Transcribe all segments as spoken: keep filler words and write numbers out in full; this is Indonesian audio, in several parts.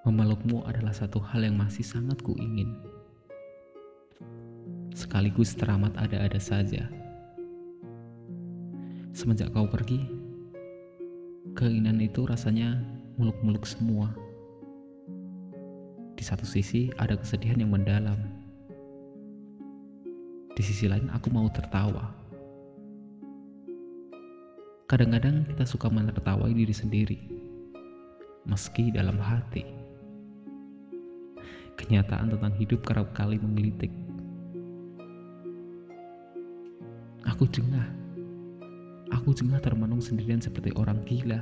Memelukmu adalah satu hal yang masih sangat kuingin. Sekaligus teramat ada-ada saja. Semenjak kau pergi, keinginan itu rasanya muluk-muluk semua. Di satu sisi ada kesedihan yang mendalam. Di sisi lain aku mau tertawa. Kadang-kadang kita suka menertawai diri sendiri, meski dalam hati kenyataan tentang hidup kerap kali menggelitik. Aku jengah. Aku jengah termenung sendirian seperti orang gila.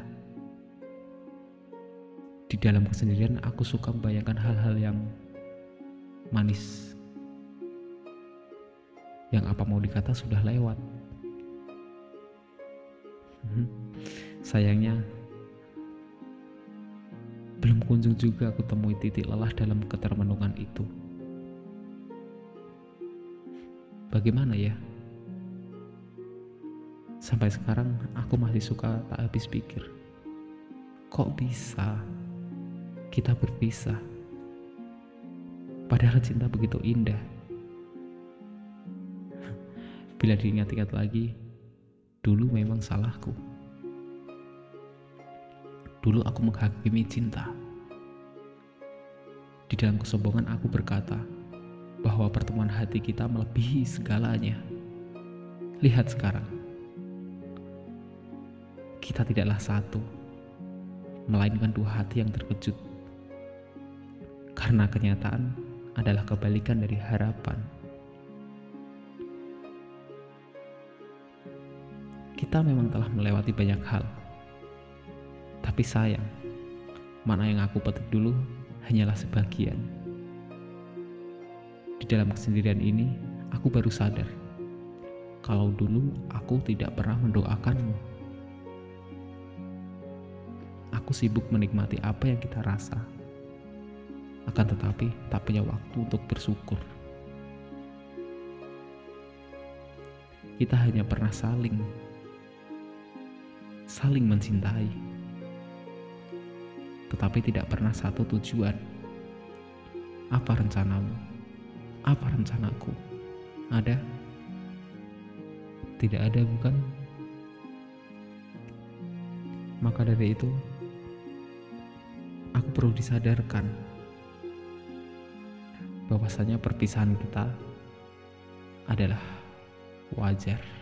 Di dalam kesendirian aku suka membayangkan hal-hal yang manis, yang apa mau dikata sudah lewat. Hmm, sayangnya belum kunjung juga aku temui titik lelah dalam ketermenungan itu. Bagaimana ya? Sampai sekarang aku masih suka tak habis pikir. Kok bisa kita berpisah? Padahal cinta begitu indah. Bila diingat-ingat lagi, dulu memang salahku. Dulu aku menghakimi cinta. Di dalam kesombongan aku berkata bahwa pertemuan hati kita melebihi segalanya. Lihat sekarang. Kita tidaklah satu, melainkan dua hati yang terkejut. Karena kenyataan adalah kebalikan dari harapan. Kita memang telah melewati banyak hal. Tapi sayang, mana yang aku petik dulu hanyalah sebagian. Di dalam kesendirian ini, aku baru sadar kalau dulu aku tidak pernah mendoakanmu. Aku sibuk menikmati apa yang kita rasa, akan tetapi tak punya waktu untuk bersyukur. Kita hanya pernah saling, saling mencintai, tetapi tidak pernah satu tujuan. Apa rencanamu? Apa rencanaku? Ada? Tidak ada, bukan? Maka dari itu, aku perlu disadarkan bahwasanya perpisahan kita adalah wajar.